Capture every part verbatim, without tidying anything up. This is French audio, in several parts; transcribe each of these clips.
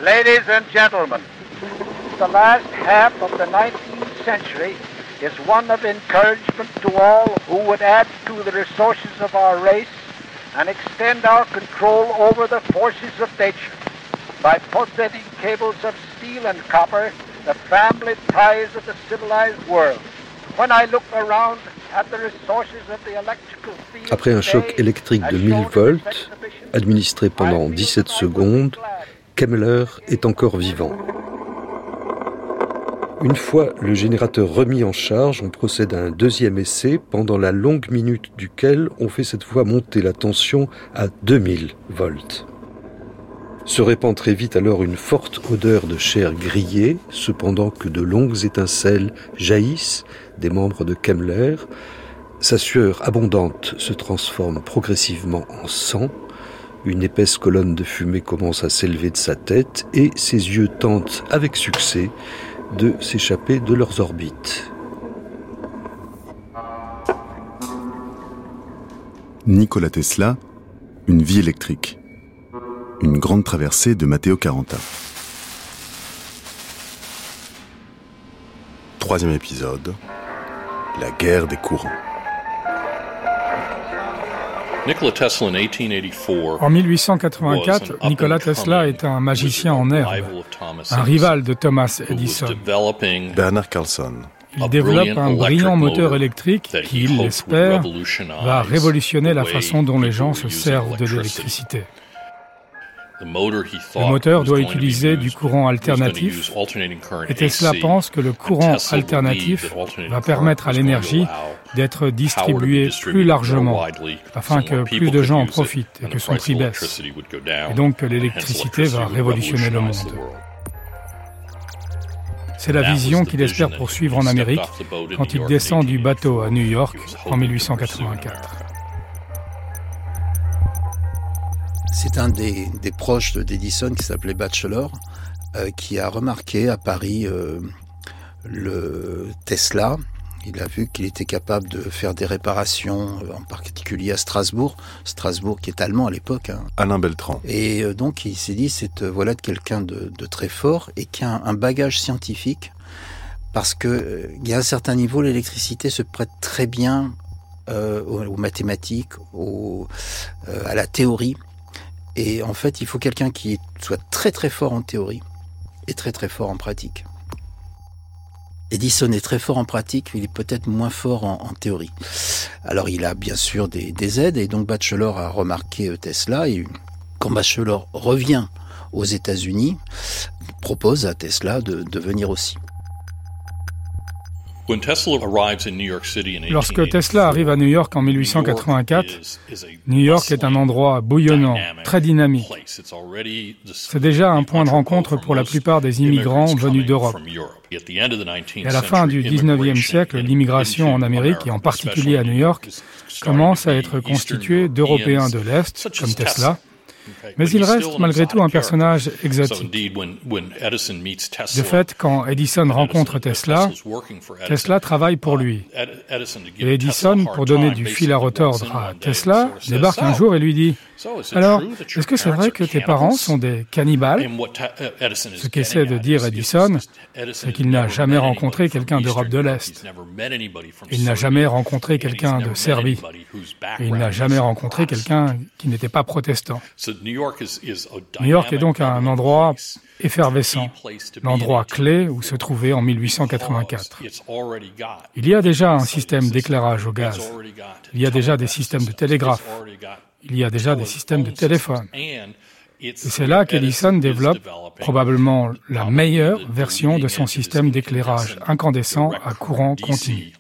Ladies and gentlemen, the last half of the nineteenth century is one of encouragement to all who would add to the resources of our race and extend our control over the forces of nature by pulsating cables of steel and copper, the family ties of the civilized world. When I look around at the resources of the electrical field. Après un choc électrique de mille volts, administré pendant dix-sept secondes, Kemmler est encore vivant. Une fois le générateur remis en charge, on procède à un deuxième essai, pendant la longue minute duquel on fait cette fois monter la tension à deux mille volts. Se répand très vite alors une forte odeur de chair grillée, cependant que de longues étincelles jaillissent des membres de Kemmler. Sa sueur abondante se transforme progressivement en sang. Une épaisse colonne de fumée commence à s'élever de sa tête et ses yeux tentent avec succès de s'échapper de leurs orbites. Nikola Tesla, une vie électrique. Une grande traversée de Matteo Caranta. Troisième épisode, la guerre des courants. En mille huit cent quatre-vingt-quatre, Nikola Tesla est un magicien en herbe, un rival de Thomas Edison. Bernard Carlson. Il développe un brillant moteur électrique qui, il l'espère, va révolutionner la façon dont les gens se servent de l'électricité. Le moteur doit utiliser du courant alternatif et Tesla pense que le courant alternatif va permettre à l'énergie d'être distribuée plus largement afin que plus de gens en profitent et que son prix baisse. Et donc que l'électricité va révolutionner le monde. C'est la vision qu'il espère poursuivre en Amérique quand il descend du bateau à New York en mille huit cent quatre-vingt-quatre. C'est un des, des proches d'Edison qui s'appelait Batchelor, euh, qui a remarqué à Paris euh, le Tesla. Il a vu qu'il était capable de faire des réparations, en particulier à Strasbourg. Strasbourg qui est allemand à l'époque. Hein. Alain Beltran. Et euh, donc il s'est dit, c'est euh, voilà de quelqu'un de, de très fort et qui a un, un bagage scientifique. Parce que euh, il y a un certain niveau, l'électricité se prête très bien euh, aux, aux mathématiques, aux, euh, à la théorie. Et en fait, il faut quelqu'un qui soit très très fort en théorie et très très fort en pratique. Edison est très fort en pratique, mais il est peut-être moins fort en, en théorie. Alors il a bien sûr des, des aides, et donc Batchelor a remarqué Tesla, et quand Batchelor revient aux États-Unis, il propose à Tesla de, de venir aussi. Lorsque Tesla arrive à New York en mille huit cent quatre-vingt-quatre, New York est un endroit bouillonnant, très dynamique. C'est déjà un point de rencontre pour la plupart des immigrants venus d'Europe. Et à la fin du dix-neuvième siècle, l'immigration en Amérique, et en particulier à New York, commence à être constituée d'Européens de l'Est, comme Tesla, mais il reste malgré tout un personnage exotique. De fait, quand Edison rencontre Tesla, Tesla travaille pour lui. Et Edison, pour donner du fil à retordre à Tesla, débarque un jour et lui dit « Alors, est-ce que c'est vrai que tes parents sont des cannibales ?» Ce qu'essaie de dire Edison, c'est qu'il n'a jamais rencontré quelqu'un d'Europe de l'Est. Il n'a jamais rencontré quelqu'un de Serbie. Et il n'a jamais rencontré quelqu'un qui n'était pas protestant. New York est donc un endroit effervescent, l'endroit clé où se trouvait en mille huit cent quatre-vingt-quatre. Il y a déjà un système d'éclairage au gaz, il y a déjà des systèmes de télégraphe, il y a déjà des systèmes de téléphone. Et c'est là qu'Edison développe probablement la meilleure version de son système d'éclairage incandescent à courant continu.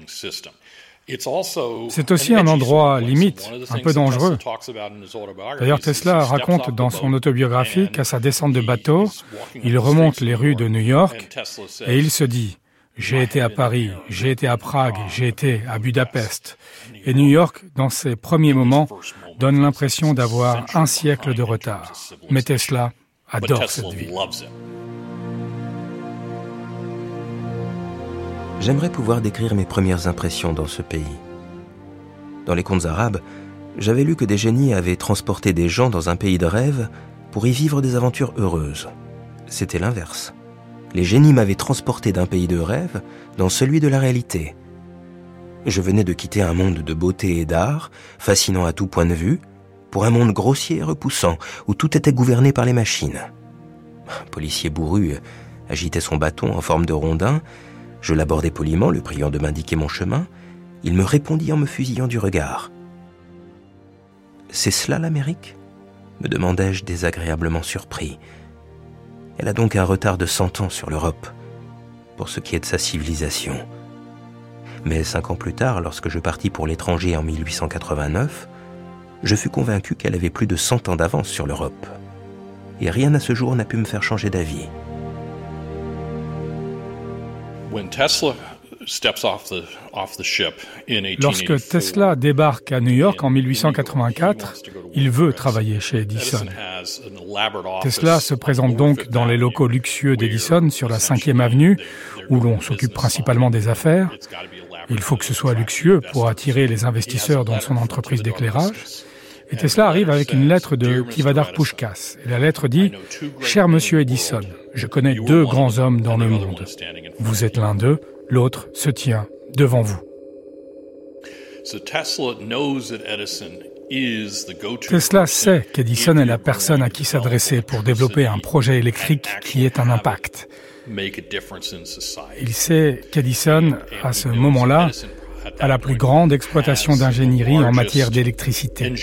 C'est aussi un endroit limite, un peu dangereux. D'ailleurs, Tesla raconte dans son autobiographie qu'à sa descente de bateau, il remonte les rues de New York et il se dit « J'ai été à Paris, j'ai été à Prague, j'ai été à Budapest ». Et New York, dans ses premiers moments, donne l'impression d'avoir un siècle de retard. Mais Tesla adore cette ville. J'aimerais pouvoir décrire mes premières impressions dans ce pays. Dans les contes arabes, j'avais lu que des génies avaient transporté des gens dans un pays de rêve pour y vivre des aventures heureuses. c'était l'inverse. Les génies m'avaient transporté d'un pays de rêve dans celui de la réalité. Je venais de quitter un monde de beauté et d'art, fascinant à tout point de vue, pour un monde grossier et repoussant, où tout était gouverné par les machines. Un policier bourru agitait son bâton en forme de rondin. Je l'abordai poliment, le priant de m'indiquer mon chemin. Il me répondit en me fusillant du regard. « C'est cela l'Amérique ?» me demandai-je désagréablement surpris. Elle a donc un retard de cent ans sur l'Europe, pour ce qui est de sa civilisation. Mais cinq ans plus tard, lorsque je partis pour l'étranger en mille huit cent quatre-vingt-neuf, je fus convaincu qu'elle avait plus de cent ans d'avance sur l'Europe. Et rien à ce jour n'a pu me faire changer d'avis. Lorsque Tesla débarque à New York en mille huit cent quatre-vingt-quatre, il veut travailler chez Edison. Tesla se présente donc dans les locaux luxueux d'Edison sur la cinquième avenue, où l'on s'occupe principalement des affaires. Il faut que ce soit luxueux pour attirer les investisseurs dans son entreprise d'éclairage. Et Tesla arrive avec une lettre de Tivadar Puskás. Et la lettre dit « Cher Monsieur Edison, je connais deux grands hommes dans le monde. Vous êtes l'un d'eux, l'autre se tient devant vous. » Tesla sait qu'Edison est la personne à qui s'adresser pour développer un projet électrique qui ait un impact. Il sait qu'Edison, à ce moment-là, a la plus grande exploitation d'ingénierie en matière d'électricité.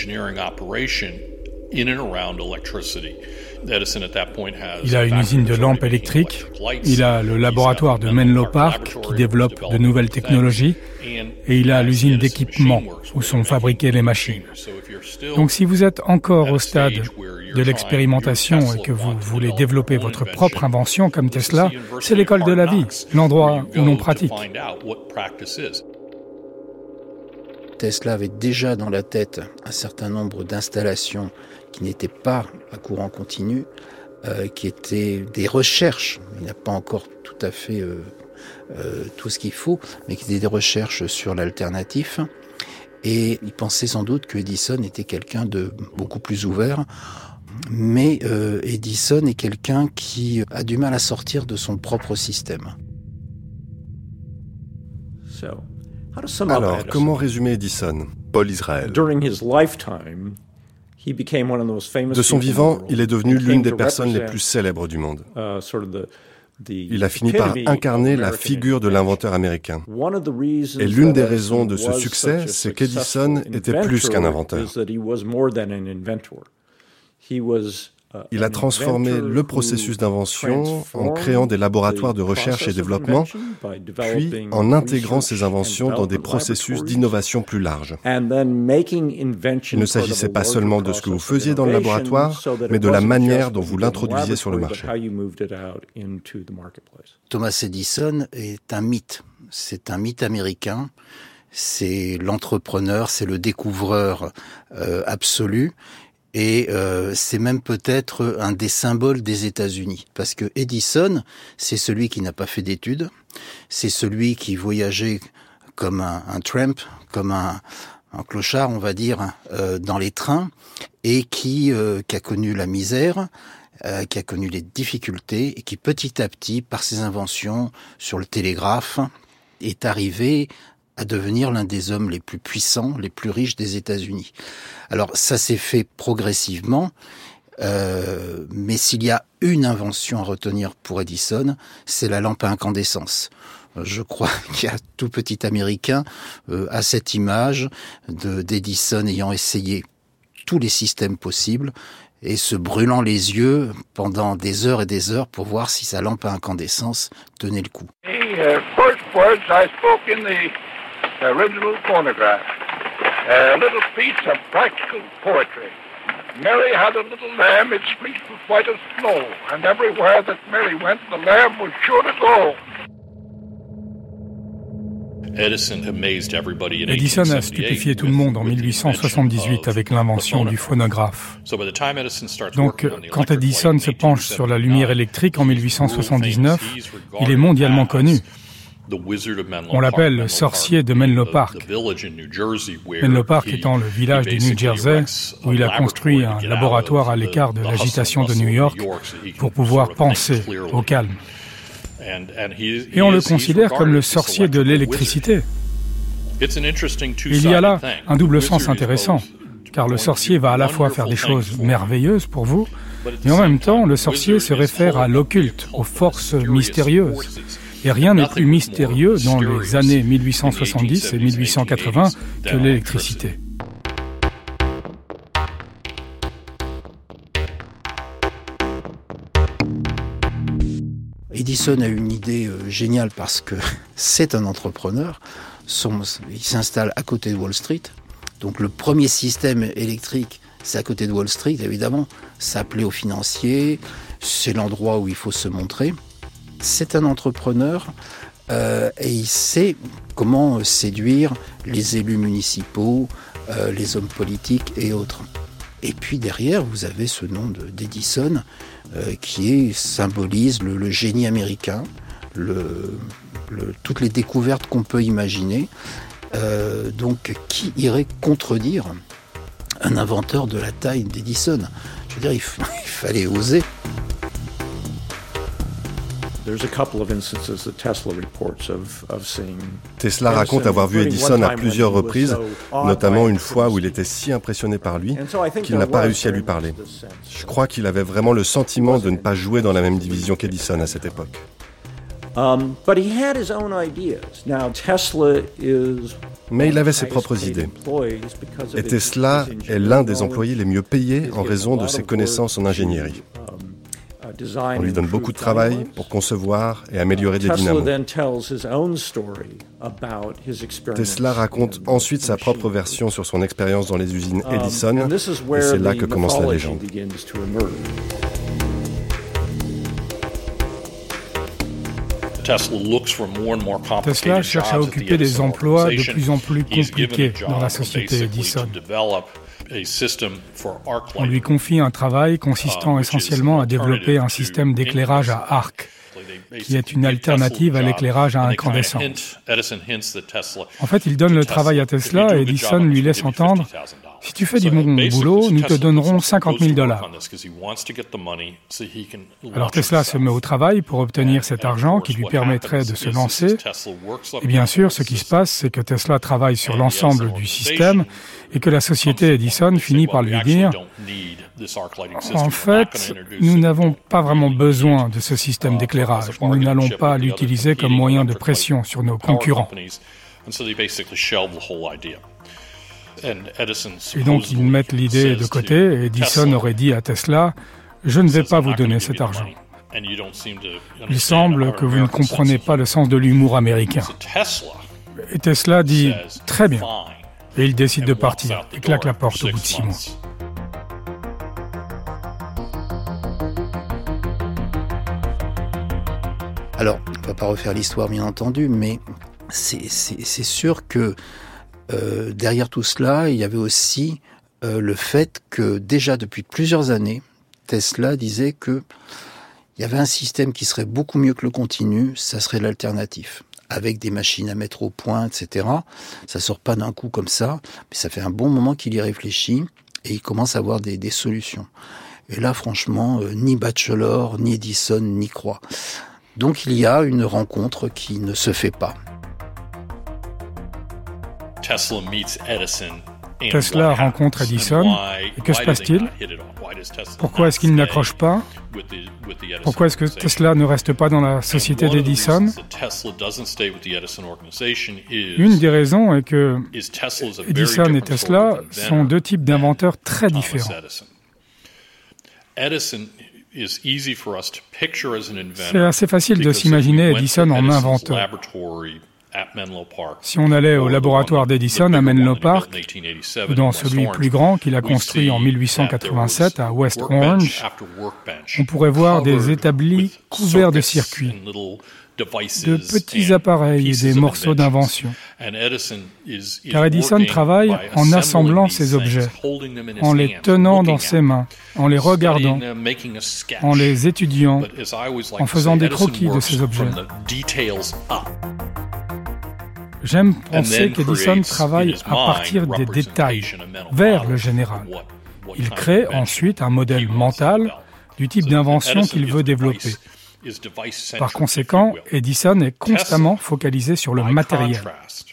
Il a une usine de lampes électriques, il a le laboratoire de Menlo Park qui développe de nouvelles technologies, et il a l'usine d'équipement où sont fabriquées les machines. Donc si vous êtes encore au stade de l'expérimentation et que vous voulez développer votre propre invention comme Tesla, c'est l'école de la vie, l'endroit où l'on pratique. Tesla avait déjà dans la tête un certain nombre d'installations qui n'étaient pas à courant continu, euh, qui étaient des recherches. Il n'a pas encore tout à fait euh, euh, tout ce qu'il faut, mais qui étaient des recherches sur l'alternatif. Et il pensait sans doute que Edison était quelqu'un de beaucoup plus ouvert. Mais euh, Edison est quelqu'un qui a du mal à sortir de son propre système. Alors, comment résumer Edison, Paul Israël ? De son vivant, il est devenu l'une des personnes les plus célèbres du monde. Il a fini par incarner la figure de l'inventeur américain. Et l'une des raisons de ce succès, c'est qu'Edison était plus qu'un inventeur. Il a transformé le processus d'invention en créant des laboratoires de recherche et développement, puis en intégrant ces inventions dans des processus d'innovation plus larges. Il ne s'agissait pas seulement de ce que vous faisiez dans le laboratoire, mais de la manière dont vous l'introduisiez sur le marché. Thomas Edison est un mythe. C'est un mythe américain. C'est l'entrepreneur, c'est le découvreur euh, absolu. Et euh, c'est même peut-être un des symboles des États-Unis. Parce que Edison, c'est celui qui n'a pas fait d'études, c'est celui qui voyageait comme un, un tramp, comme un, un clochard, on va dire, euh, dans les trains, et qui, euh, qui a connu la misère, euh, qui a connu les difficultés, et qui petit à petit, par ses inventions sur le télégraphe, est arrivé à devenir l'un des hommes les plus puissants, les plus riches des États-Unis. Alors ça s'est fait progressivement, euh, mais s'il y a une invention à retenir pour Edison, c'est la lampe à incandescence. Je crois qu'il y a tout petit Américain euh, à cette image de, d'Edison ayant essayé tous les systèmes possibles et se brûlant les yeux pendant des heures et des heures pour voir si sa lampe à incandescence tenait le coup. The uh, first words I spoke in the original phonograph, a little piece of practical poetry. Mary had a little lamb, its fleece was white as snow, and everywhere that Mary went, the lamb was sure to go. Edison a stupéfié tout le monde en mille huit cent soixante-dix-huit avec l'invention du phonographe. Donc, quand Edison se penche sur la lumière électrique en mille huit cent soixante-dix-neuf, il est mondialement connu. On l'appelle le sorcier de Menlo Park. Menlo Park étant le village du New Jersey où il a construit un laboratoire à l'écart de l'agitation de New York pour pouvoir penser au calme. Et on le considère comme le sorcier de l'électricité. Il y a là un double sens intéressant, car le sorcier va à la fois faire des choses merveilleuses pour vous, mais en même temps, le sorcier se réfère à l'occulte, aux forces mystérieuses. Et rien n'est plus mystérieux dans les années mille huit cent soixante-dix et mille huit cent quatre-vingts que l'électricité. Edison a eu une idée euh, géniale parce que c'est un entrepreneur. Son, il s'installe à côté de Wall Street. Donc le premier système électrique, c'est à côté de Wall Street, évidemment. Ça plaît aux financiers, c'est l'endroit où il faut se montrer. C'est un entrepreneur euh, et il sait comment séduire les élus municipaux, euh, les hommes politiques et autres. Et puis derrière, vous avez ce nom de, d'Edison euh, qui est, symbolise le, le génie américain, le, le, toutes les découvertes qu'on peut imaginer. Euh, donc, qui irait contredire un inventeur de la taille d'Edison ? Je veux dire, il, f- il fallait oser. Tesla raconte avoir vu Edison à plusieurs reprises, notamment une fois où il était si impressionné par lui qu'il n'a pas réussi à lui parler. Je crois qu'il avait vraiment le sentiment de ne pas jouer dans la même division qu'Edison à cette époque. Mais il avait ses propres idées. Et Tesla est l'un des employés les mieux payés en raison de ses connaissances en ingénierie. On lui donne beaucoup de travail pour concevoir et améliorer des dynamos. Tesla raconte ensuite sa propre version sur son expérience dans les usines Edison, et c'est là que commence la légende. Tesla cherche à occuper des emplois de plus en plus compliqués dans la société Edison. On lui confie un travail consistant essentiellement à développer un système d'éclairage à arc, qui est une alternative à l'éclairage à incandescence. En fait, il donne le travail à Tesla et Edison lui laisse entendre « Si tu fais du bon boulot, nous te donnerons cinquante mille dollars. » Alors Tesla se met au travail pour obtenir cet argent qui lui permettrait de se lancer. Et bien sûr, ce qui se passe, c'est que Tesla travaille sur l'ensemble du système et que la société Edison finit par lui dire « En fait, nous n'avons pas vraiment besoin de ce système d'éclairage. Nous n'allons pas l'utiliser comme moyen de pression sur nos concurrents. » Et donc ils mettent l'idée de côté et Edison aurait dit à Tesla « Je ne vais pas vous donner cet argent. » Il semble que vous ne comprenez pas le sens de l'humour américain. Et Tesla dit « Très bien ». Et il décide de partir et claque la porte au bout de six mois. Alors, on ne va pas refaire l'histoire bien entendu, mais c'est, c'est, c'est sûr que Euh, derrière tout cela, il y avait aussi euh, le fait que déjà depuis plusieurs années, Tesla disait que il y avait un système qui serait beaucoup mieux que le continu, ça serait l'alternatif, avec des machines à mettre au point, et cetera. Ça sort pas d'un coup comme ça, mais ça fait un bon moment qu'il y réfléchit et il commence à avoir des, des solutions. Et là, franchement, euh, ni Batchelor, ni Edison n'y croient. Donc il y a une rencontre qui ne se fait pas. Tesla rencontre Edison, et que se passe-t-il ? Pourquoi est-ce qu'il n'accroche pas ? Pourquoi est-ce que Tesla ne reste pas dans la société d'Edison ? Une des raisons est que Edison et Tesla sont deux types d'inventeurs très différents. C'est assez facile de s'imaginer Edison en inventeur. Si on allait au laboratoire d'Edison à Menlo Park, ou dans celui plus grand qu'il a construit en mille huit cent quatre-vingt-sept à West Orange, on pourrait voir des établis couverts de circuits, de petits appareils et des morceaux d'invention. Car Edison travaille en assemblant ces objets, en les tenant dans ses mains, en les regardant, en les étudiant, en faisant des croquis de ces objets. J'aime penser qu'Edison travaille à partir des détails, vers le général. Il crée ensuite un modèle mental du type d'invention qu'il veut développer. Par conséquent, Edison est constamment focalisé sur le matériel.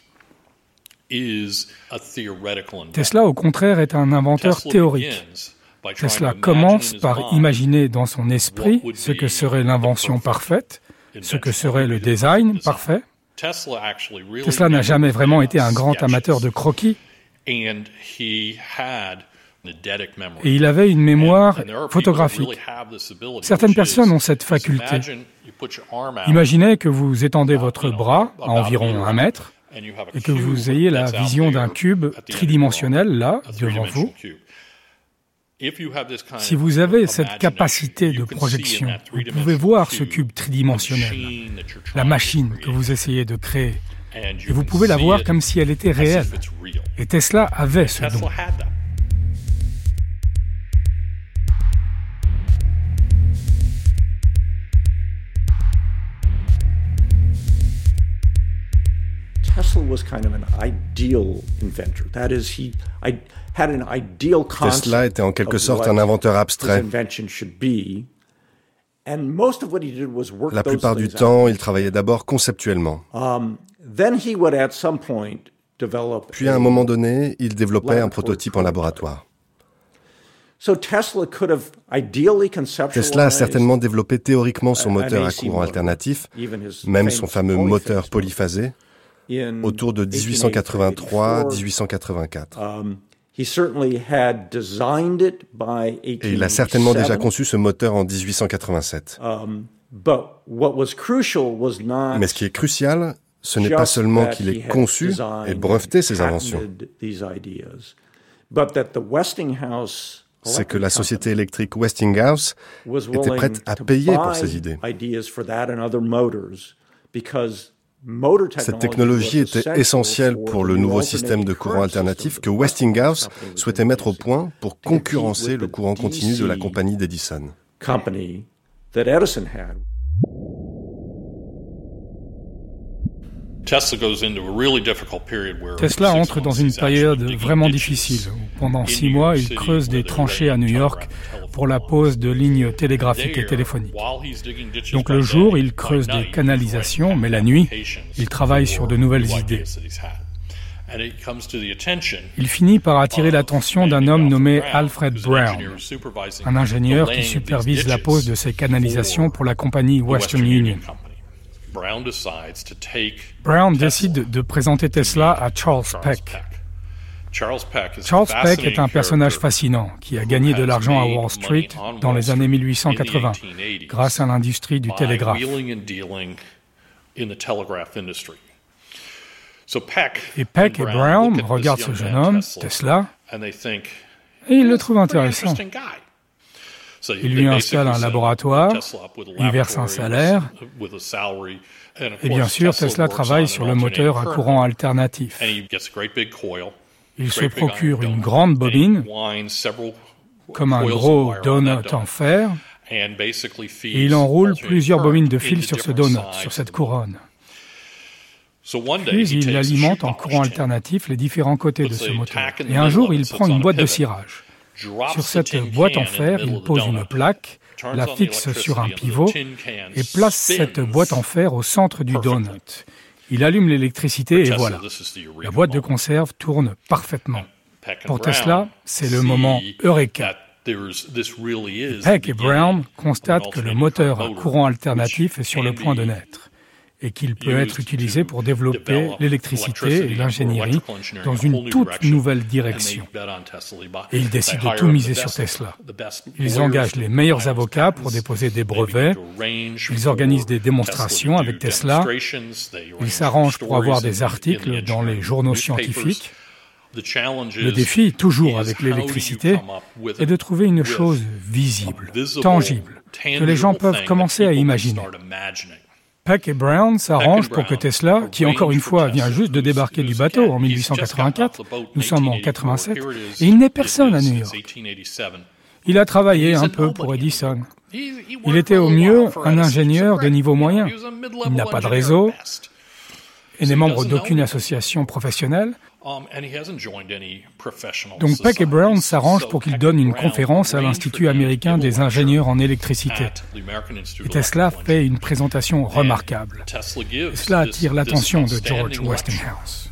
Tesla, au contraire, est un inventeur théorique. Tesla commence par imaginer dans son esprit ce que serait l'invention parfaite, ce que serait le design parfait. Tesla n'a jamais vraiment été un grand amateur de croquis. Et il avait une mémoire photographique. Certaines personnes ont cette faculté. Imaginez que vous étendez votre bras à environ un mètre et que vous ayez la vision d'un cube tridimensionnel là, devant vous. Si vous avez cette capacité de projection, vous pouvez voir ce cube tridimensionnel, la machine que vous essayez de créer, et vous pouvez la voir comme si elle était réelle. Et Tesla avait ce don. Tesla was kind of an ideal inventor. That is, he I had an ideal concept. Tesla était en quelque sorte un inventeur abstrait. La plupart du temps, il travaillait d'abord conceptuellement. Um, then he would at some point develop. Puis à un moment donné, il développait un prototype en laboratoire. So Tesla could have ideally conceptualized. Tesla a certainement développé théoriquement son moteur à courant alternatif, même son fameux moteur polyphasé, autour de dix-huit cent quatre-vingt-trois à dix-huit cent quatre-vingt-quatre. Et il a certainement déjà conçu ce moteur en dix-huit cent quatre-vingt-sept. Mais ce qui est crucial, ce n'est pas seulement qu'il ait conçu et breveté ses inventions, c'est que la société électrique Westinghouse était prête à payer pour ces idées. Cette technologie était essentielle pour le nouveau système de courant alternatif que Westinghouse souhaitait mettre au point pour concurrencer le courant continu de la compagnie d'Edison. Tesla entre dans une période vraiment difficile. Pendant six mois, il creuse des tranchées à New York pour la pose de lignes télégraphiques et téléphoniques. Donc le jour, il creuse des canalisations, mais la nuit, il travaille sur de nouvelles idées. Il finit par attirer l'attention d'un homme nommé Alfred Brown, un ingénieur qui supervise la pose de ces canalisations pour la compagnie Western Union. Brown décide de présenter Tesla à Charles Peck. Charles Peck est un personnage fascinant qui a gagné de l'argent à Wall Street dans les années mille huit cent quatre-vingts grâce à l'industrie du télégraphe. Et Peck et Brown regardent ce jeune homme, Tesla, et ils le trouvent intéressant. Il lui installe un laboratoire, il verse un salaire, et bien sûr, Tesla travaille sur le moteur à courant alternatif. Il se procure une grande bobine, comme un gros donut en fer, et il enroule plusieurs bobines de fil sur ce donut, sur cette couronne. Puis il alimente en courant alternatif les différents côtés de ce moteur. Et un jour, il prend une boîte de cirage. Sur cette boîte en fer, il pose une plaque, la fixe sur un pivot et place cette boîte en fer au centre du donut. Il allume l'électricité et voilà, la boîte de conserve tourne parfaitement. Pour Tesla, c'est le moment Eureka. Peck et Brown constatent que le moteur à courant alternatif est sur le point de naître et qu'il peut être utilisé pour développer l'électricité et l'ingénierie dans une toute nouvelle direction. Et ils décident de tout miser sur Tesla. Ils engagent les meilleurs avocats pour déposer des brevets, ils organisent des démonstrations avec Tesla, ils s'arrangent pour avoir des articles dans les journaux scientifiques. Le défi, toujours avec l'électricité, est de trouver une chose visible, tangible, que les gens peuvent commencer à imaginer. Peck et Brown s'arrangent pour que Tesla, qui encore une fois vient juste de débarquer du bateau en mille huit cent quatre-vingt-quatre, nous sommes en quatre-vingt-sept, et il n'est personne à New York. Il a travaillé un peu pour Edison. Il était au mieux un ingénieur de niveau moyen. Il n'a pas de réseau. et n'est membre d'aucune association professionnelle. Donc Peck et Brown s'arrangent pour qu'il donne une conférence à l'Institut américain des ingénieurs en électricité. Et Tesla fait une présentation remarquable. Et cela attire l'attention de George Westinghouse.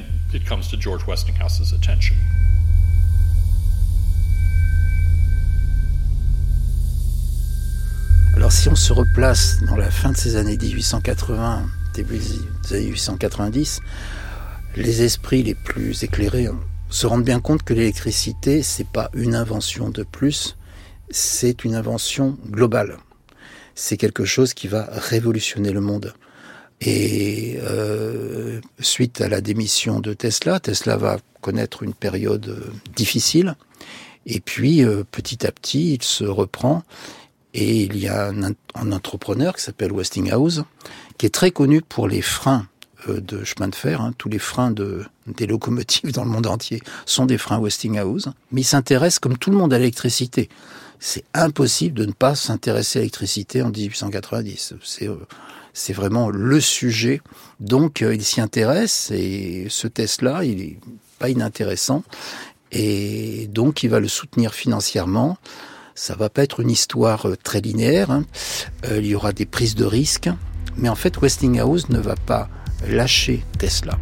Alors si on se replace dans la fin de ces années dix-huit cent quatre-vingts, début des années dix-huit cent quatre-vingt-dix, les esprits les plus éclairés se rendent bien compte que l'électricité, c'est pas une invention de plus, c'est une invention globale. C'est quelque chose qui va révolutionner le monde. Et euh, suite à la démission de Tesla, Tesla va connaître une période euh, difficile. Et puis, euh, petit à petit, il se reprend. Et il y a un, un entrepreneur qui s'appelle Westinghouse, qui est très connu pour les freins euh, de chemin de fer. Hein. Tous les freins de, des locomotives dans le monde entier sont des freins Westinghouse. Mais il s'intéresse, comme tout le monde, à l'électricité. C'est impossible de ne pas s'intéresser à l'électricité en dix-huit cent quatre-vingt-dix. C'est, euh, c'est vraiment le sujet. Donc, euh, il s'y intéresse. Et ce Tesla, il est pas inintéressant. Et donc, il va le soutenir financièrement. Ça va pas être une histoire très linéaire, hein. euh, il y aura des prises de risques, mais en fait Westinghouse ne va pas lâcher Tesla.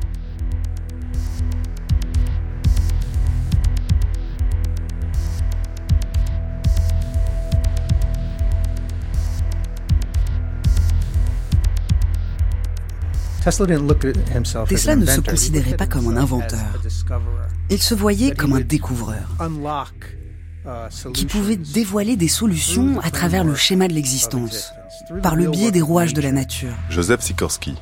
Tesla ne se considérait pas comme un inventeur. Il se voyait comme un découvreur, qui pouvait dévoiler des solutions à travers le schéma de l'existence, par le biais des rouages de la nature. Joseph Sikorski.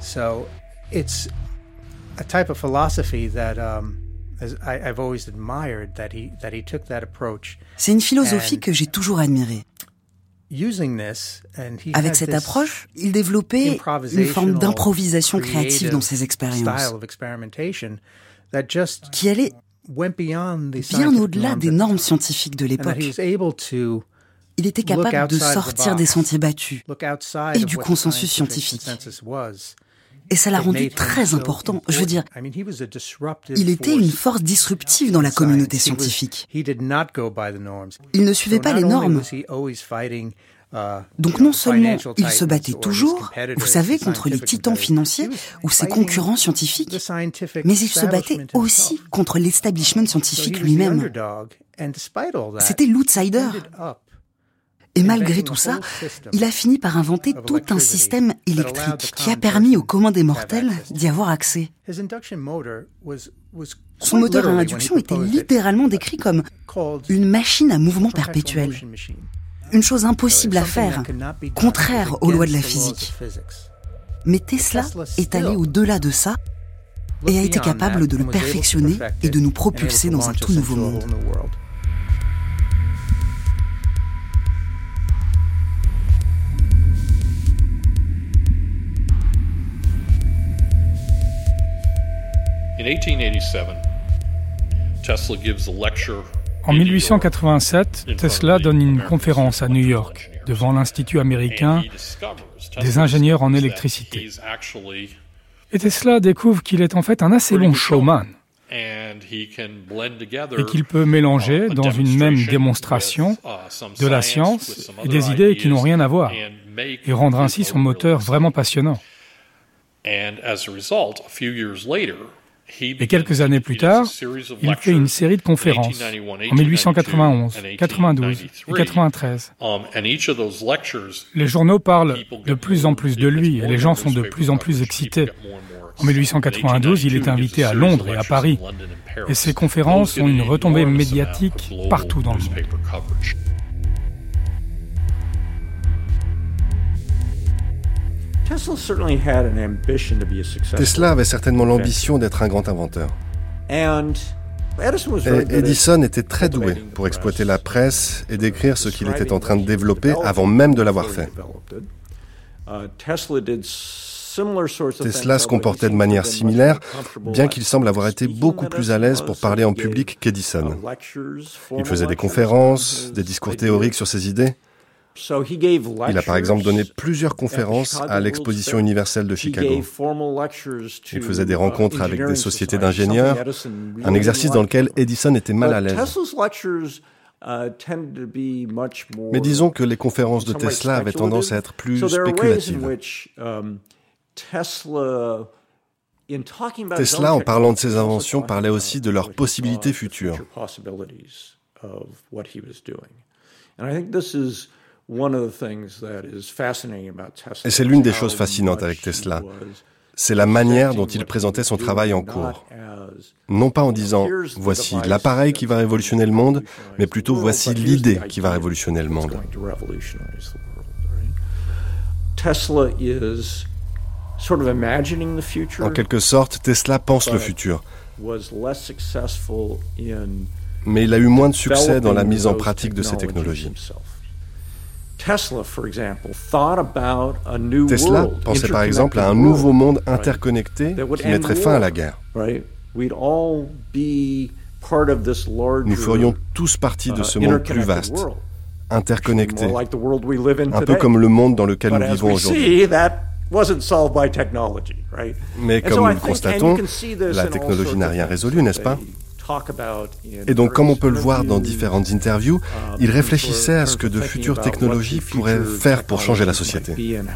C'est une philosophie que j'ai toujours admirée. Avec cette approche, il développait une forme d'improvisation créative dans ses expériences, qui allait bien au-delà des normes scientifiques de l'époque. Il était capable de sortir des sentiers battus et du consensus scientifique. Et ça l'a rendu très important. Je veux dire, il était une force disruptive dans la communauté scientifique. Il ne suivait pas les normes. Donc non seulement il se battait toujours, vous savez, contre les titans financiers ou ses concurrents scientifiques, mais il se battait aussi contre l'establishment scientifique lui-même. C'était l'outsider. Et malgré tout ça, il a fini par inventer tout un système électrique qui a permis aux communs des mortels d'y avoir accès. Son moteur à induction était littéralement décrit comme une machine à mouvement perpétuel. Une chose impossible à faire, contraire aux lois de la physique. Mais Tesla est allé au-delà de ça et a été capable de le perfectionner et de nous propulser dans un tout nouveau monde. En mille huit cent quatre-vingt-sept, Tesla donne une conférence à New York devant l'Institut américain des ingénieurs en électricité. Et Tesla découvre qu'il est en fait un assez bon showman et qu'il peut mélanger dans une même démonstration de la science et des idées qui n'ont rien à voir et rendre ainsi son moteur vraiment passionnant. Et quelques années plus tard, il fait une série de conférences en mille huit cent quatre-vingt-onze, quatre-vingt-douze et quatre-vingt-treize. Les journaux parlent de plus en plus de lui et les gens sont de plus en plus excités. En mille huit cent quatre-vingt-douze, il est invité à Londres et à Paris. Et ses conférences ont une retombée médiatique partout dans le monde. Tesla avait certainement l'ambition d'être un grand inventeur. Et Edison était très doué pour exploiter la presse et décrire ce qu'il était en train de développer avant même de l'avoir fait. Tesla se comportait de manière similaire, bien qu'il semble avoir été beaucoup plus à l'aise pour parler en public qu'Edison. Il faisait des conférences, des discours théoriques sur ses idées. Il a par exemple donné plusieurs conférences à l'exposition universelle de Chicago. Il faisait des rencontres avec des sociétés d'ingénieurs, un exercice dans lequel Edison était mal à l'aise. Mais disons que les conférences de Tesla avaient tendance à être plus spéculatives. Tesla, en parlant de ses inventions, parlait aussi de leurs possibilités futures. Et c'est l'une des choses fascinantes avec Tesla. C'est la manière dont il présentait son travail en cours. Non pas en disant « voici l'appareil qui va révolutionner le monde », mais plutôt « voici l'idée qui va révolutionner le monde ». En quelque sorte, Tesla pense le futur. Mais il a eu moins de succès dans la mise en pratique de ces technologies. Tesla pensait par exemple à un nouveau monde interconnecté qui mettrait fin à la guerre. Nous ferions tous partie de ce monde plus vaste, interconnecté, un peu comme le monde dans lequel nous vivons aujourd'hui. Mais comme nous le constatons, la technologie n'a rien résolu, n'est-ce pas ? Et donc, comme on peut le voir dans différentes interviews, il réfléchissait à ce que de futures technologies pourraient faire pour changer la société.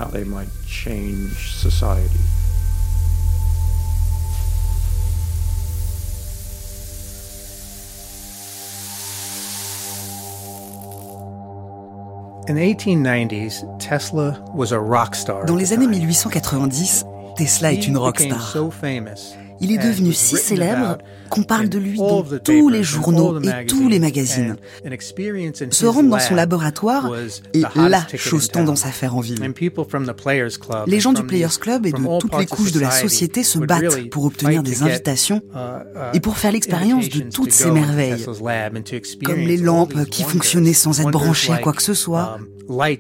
Dans les années mille huit cent quatre-vingt-dix, Tesla est une rockstar. Il est devenu si célèbre qu'on parle de lui dans tous les journaux et tous les magazines. Se rendre dans son laboratoire est la chose tendance à faire en ville. Les gens du Players Club et de toutes les couches de la société se battent pour obtenir des invitations et pour faire l'expérience de toutes ces merveilles, comme les lampes qui fonctionnaient sans être branchées à quoi que ce soit, et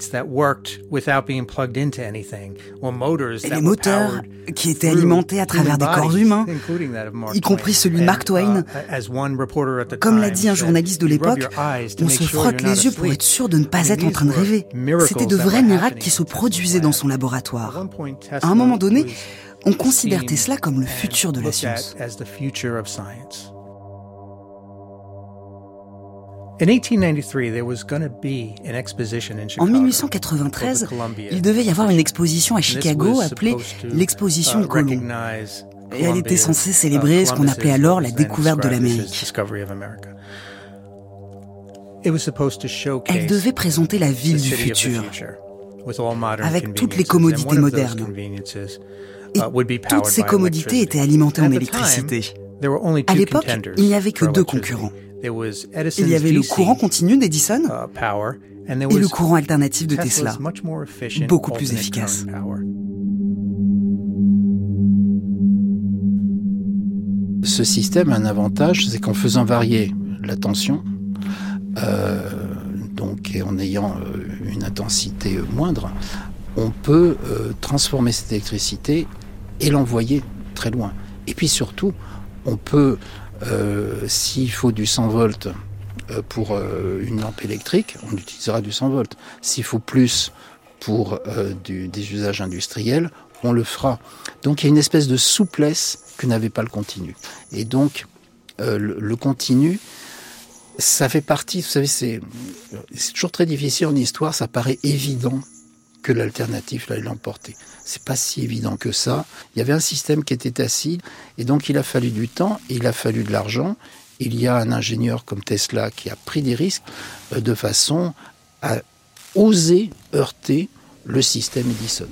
les moteurs qui étaient alimentés à travers des corps humains, y compris celui de Mark Twain. Comme l'a dit un journaliste de l'époque, on se frotte les yeux pour être sûr de ne pas être en train de rêver. C'était de vrais miracles qui se produisaient dans son laboratoire. À un moment donné, on considère Tesla comme le futur de la science. En mille huit cent quatre-vingt-treize, il devait y avoir une exposition à Chicago appelée l'exposition Colomb. Et elle était censée célébrer ce qu'on appelait alors la découverte de l'Amérique. Elle devait présenter la ville du futur, avec toutes les commodités modernes. Et toutes ces commodités étaient alimentées en électricité. À l'époque, il n'y avait que deux concurrents. Il y avait le courant continu d'Edison et le courant alternatif de Tesla, beaucoup plus efficace. Ce système a un avantage, c'est qu'en faisant varier la tension, euh, donc et en ayant euh, une intensité moindre, on peut euh, transformer cette électricité et l'envoyer très loin. Et puis surtout, on peut, euh, s'il faut du cent volts euh, pour euh, une lampe électrique, on utilisera du cent volts. S'il faut plus pour euh, du, des usages industriels, on le fera. Donc il y a une espèce de souplesse que n'avait pas le continu. Et donc, euh, le, le continu, ça fait partie, vous savez, c'est, c'est toujours très difficile en histoire, ça paraît évident que l'alternative allait l'emporter. C'est pas si évident que ça. Il y avait un système qui était assis, et donc il a fallu du temps, et il a fallu de l'argent. Il y a un ingénieur comme Tesla qui a pris des risques euh, de façon à oser heurter le système Edison.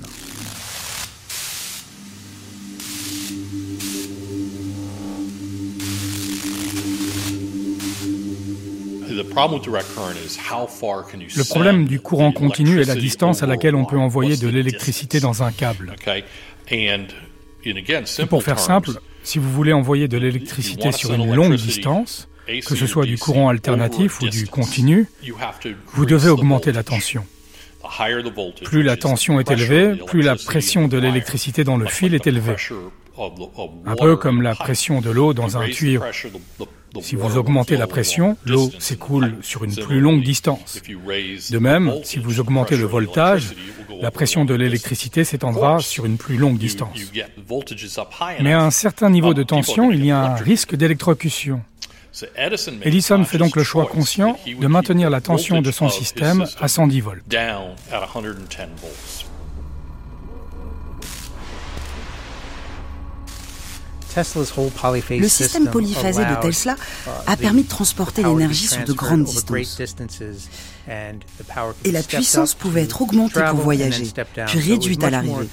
Le problème du courant continu est la distance à laquelle on peut envoyer de l'électricité dans un câble. Et pour faire simple, si vous voulez envoyer de l'électricité sur une longue distance, que ce soit du courant alternatif ou du continu, vous devez augmenter la tension. Plus la tension est élevée, plus la pression de l'électricité dans le fil est élevée. Un peu comme la pression de l'eau dans un tuyau. Si vous augmentez la pression, l'eau s'écoule sur une plus longue distance. De même, si vous augmentez le voltage, la pression de l'électricité s'étendra sur une plus longue distance. Mais à un certain niveau de tension, il y a un risque d'électrocution. Edison fait donc le choix conscient de maintenir la tension de son système à cent dix volts. Le système polyphasé de Tesla a permis de transporter l'énergie sur de grandes distances. Et la puissance pouvait être augmentée pour voyager, puis réduite à l'arrivée.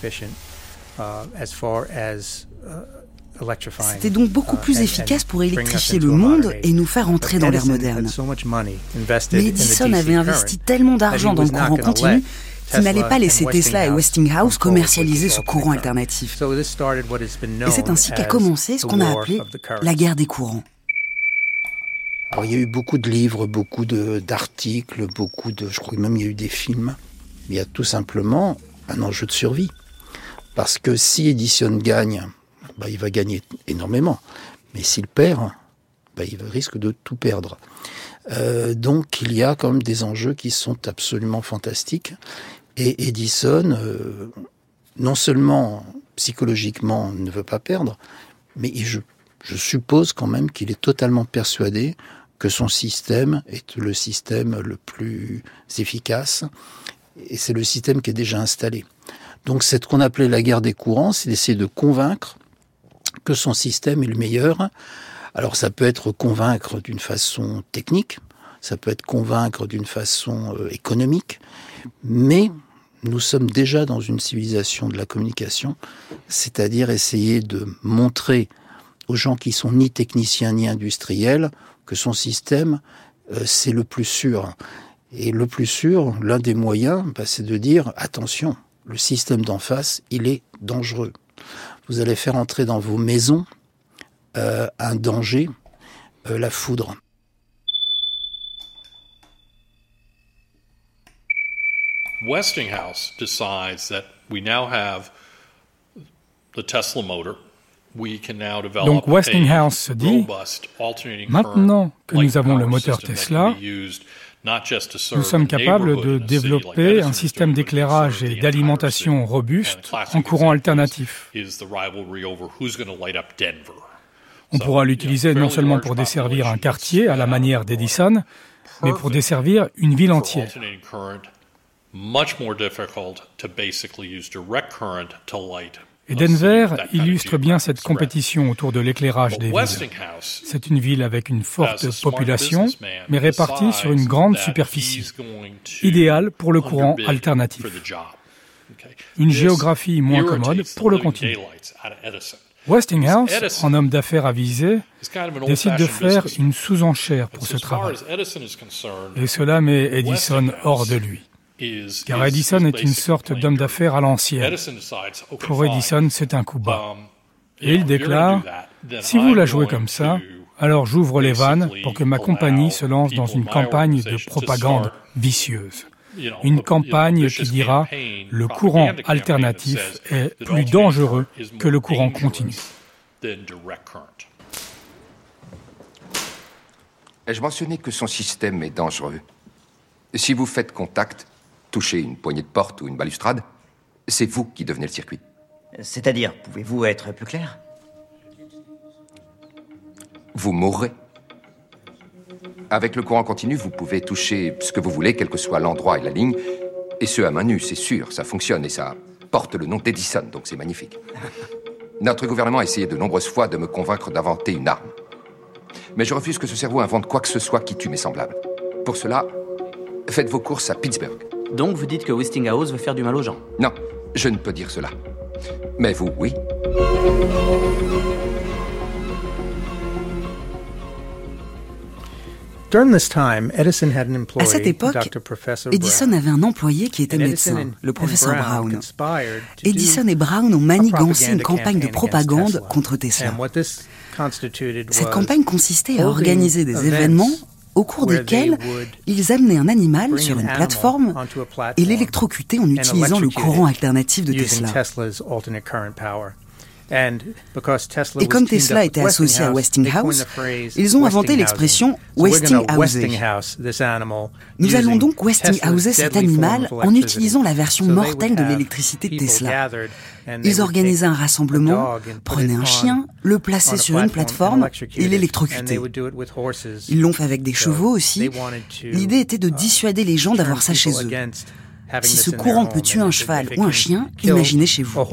C'était donc beaucoup plus efficace pour électrifier le monde et nous faire entrer dans l'ère moderne. Mais Edison avait investi tellement d'argent dans le courant continu qu'il n'allait pas laisser Tesla et Westinghouse commercialiser ce courant alternatif. Et c'est ainsi qu'a commencé ce qu'on a appelé la guerre des courants. Alors, il y a eu beaucoup de livres, beaucoup de, d'articles, beaucoup de... Je crois que même il y a eu des films. Il y a tout simplement un enjeu de survie. Parce que si Edison gagne, bah, il va gagner énormément. Mais s'il perd, bah, il risque de tout perdre. Euh, donc il y a quand même des enjeux qui sont absolument fantastiques. Et Edison, euh, non seulement psychologiquement ne veut pas perdre, mais je, je suppose quand même qu'il est totalement persuadé que son système est le système le plus efficace. Et c'est le système qui est déjà installé. Donc c'est ce qu'on appelait la guerre des courants, c'est d'essayer de convaincre que son système est le meilleur. Alors ça peut être convaincre d'une façon technique, ça peut être convaincre d'une façon euh, économique, mais nous sommes déjà dans une civilisation de la communication, c'est-à-dire essayer de montrer aux gens qui sont ni techniciens ni industriels que son système, euh, c'est le plus sûr. Et le plus sûr, l'un des moyens, bah, c'est de dire, attention, le système d'en face, il est dangereux. Vous allez faire entrer dans vos maisons euh, un danger, euh, la foudre. Westinghouse decides that we now have the Tesla motor. Donc Westinghouse se dit, maintenant que nous avons le moteur Tesla, nous sommes capables de développer un système d'éclairage et d'alimentation robuste en courant alternatif. On pourra l'utiliser non seulement pour desservir un quartier à la manière d'Edison, mais pour desservir une ville entière. Et Denver illustre bien cette compétition autour de l'éclairage des villes. C'est une ville avec une forte population, mais répartie sur une grande superficie, idéale pour le courant alternatif. Une géographie moins commode pour le continu. Westinghouse, en homme d'affaires avisé, décide de faire une sous-enchère pour ce travail. Et cela met Edison hors de lui. Car Edison est une sorte d'homme d'affaires à l'ancienne. Pour Edison, c'est un coup bas. Et il déclare, « Si vous la jouez comme ça, alors j'ouvre les vannes pour que ma compagnie se lance dans une campagne de propagande vicieuse. Une campagne qui dira, le courant alternatif est plus dangereux que le courant continu. » Ai-je mentionné que son système est dangereux? Si vous faites contact, touchez une poignée de porte ou une balustrade, c'est vous qui devenez le circuit. C'est-à-dire, pouvez-vous être plus clair? Vous mourrez. Avec le courant continu, vous pouvez toucher ce que vous voulez, quel que soit l'endroit et la ligne, et ce à main nue, c'est sûr, ça fonctionne et ça porte le nom d'Edison, donc c'est magnifique. Notre gouvernement a essayé de nombreuses fois de me convaincre d'inventer une arme. Mais je refuse que ce cerveau invente quoi que ce soit qui tue mes semblables. Pour cela, faites vos courses à Pittsburgh. Donc vous dites que Westinghouse veut faire du mal aux gens? Non, je ne peux dire cela. Mais vous, oui. À cette époque, Edison avait un employé qui était médecin, le professeur Brown. Edison et Brown ont manigancé une campagne de propagande contre Tesla. Cette campagne consistait à organiser des événements au cours desquels ils amenaient un animal sur une plateforme et l'électrocutaient en utilisant le courant alternatif de Tesla. Et comme Tesla était associé à Westinghouse, ils ont inventé l'expression « Westinghouser ». Nous allons donc Westinghouser cet animal en utilisant la version mortelle de l'électricité de Tesla. Ils organisaient un rassemblement, prenaient un chien, le plaçaient sur une plateforme et l'électrocutaient. Ils l'ont fait avec des chevaux aussi. L'idée était de dissuader les gens d'avoir ça chez eux. Si ce courant peut tuer un cheval ou un chien, imaginez chez vous.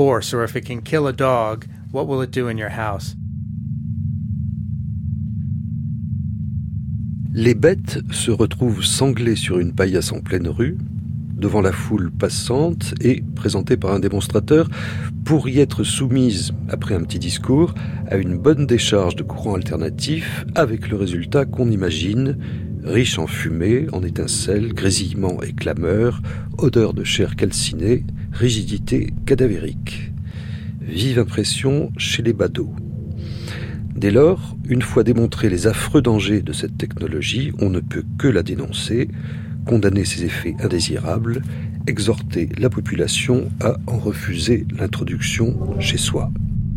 Les bêtes se retrouvent sanglées sur une paillasse en pleine rue, devant la foule passante et présentée par un démonstrateur pour y être soumises, après un petit discours, à une bonne décharge de courant alternatif avec le résultat qu'on imagine, riche en fumée, en étincelles, grésillements et clameurs, odeur de chair calcinée, rigidité cadavérique. Vive impression chez les badauds. Dès lors, une fois démontrés les affreux dangers de cette technologie, on ne peut que la dénoncer, condamner ses effets indésirables, exhorter la population à en refuser l'introduction chez soi.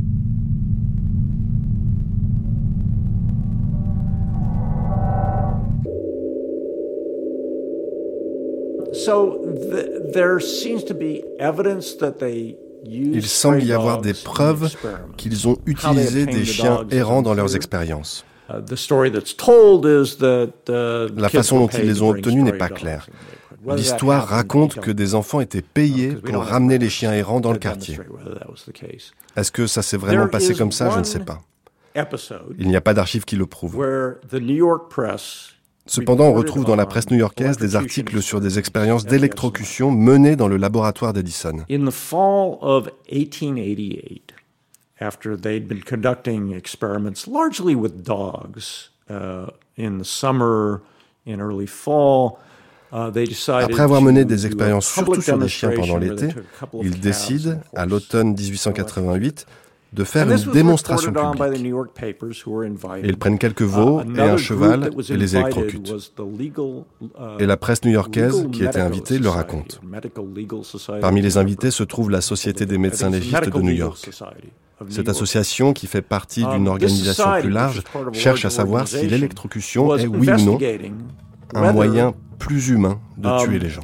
Il semble y avoir des preuves qu'ils ont utilisé des chiens errants dans leurs expériences. La façon dont ils les ont obtenus n'est pas claire. L'histoire raconte que des enfants étaient payés pour ramener les chiens errants dans le quartier. Est-ce que ça s'est vraiment passé comme ça ? Je ne sais pas. Il n'y a pas d'archives qui le prouvent. Cependant, on retrouve dans la presse new-yorkaise des articles sur des expériences d'électrocution menées dans le laboratoire d'Edison. In the fall of eighteen eighty-eight, after they'd been conducting experiments largely with dogs uh, in the summer, in early fall, après avoir mené des expériences surtout sur des chiens pendant l'été, ils décident, à l'automne dix-huit cent quatre-vingt-huit, de faire une démonstration publique. Et ils prennent quelques veaux et un cheval et les électrocutent. Et la presse new-yorkaise, qui était invitée, le raconte. Parmi les invités se trouve la Société des médecins légistes de New York. Cette association, qui fait partie d'une organisation plus large, cherche à savoir si l'électrocution est, oui ou non, un moyen plus humain de tuer les gens.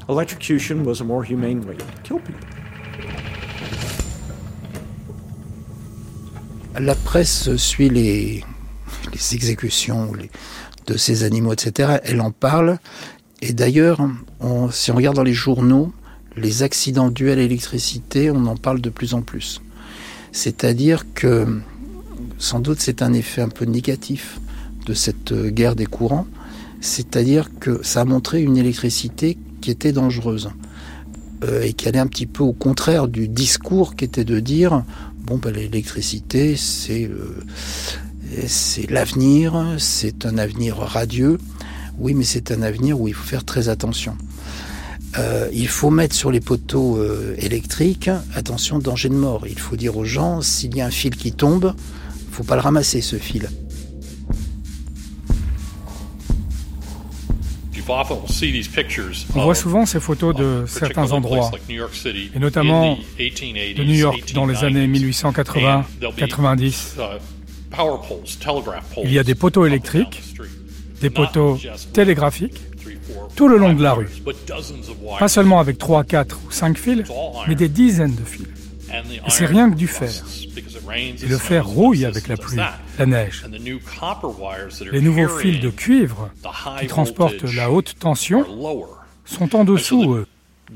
La presse suit les, les exécutions les, de ces animaux, et cetera. Elle en parle. Et d'ailleurs, on, si on regarde dans les journaux, les accidents dus à l'électricité, on en parle de plus en plus. C'est-à-dire que, sans doute, c'est un effet un peu négatif de cette guerre des courants. C'est-à-dire que ça a montré une électricité qui était dangereuse. Euh, et qui allait un petit peu au contraire du discours qui était de dire bon, ben, l'électricité, c'est, euh, c'est l'avenir, c'est un avenir radieux. Oui, mais c'est un avenir où il faut faire très attention. Euh, il faut mettre sur les poteaux euh, électriques, attention, danger de mort. Il faut dire aux gens, s'il y a un fil qui tombe, il ne faut pas le ramasser, ce fil. On voit souvent ces photos de certains endroits, et notamment de New York dans les années mille huit cent quatre-vingts quatre-vingt-dix. Il y a des poteaux électriques, des poteaux télégraphiques, tout le long de la rue. Pas seulement avec trois, quatre ou cinq fils, mais des dizaines de fils. Et c'est rien que du fer. Et le fer rouille avec la pluie, la neige. Les nouveaux fils de cuivre qui transportent la haute tension sont en dessous, eux.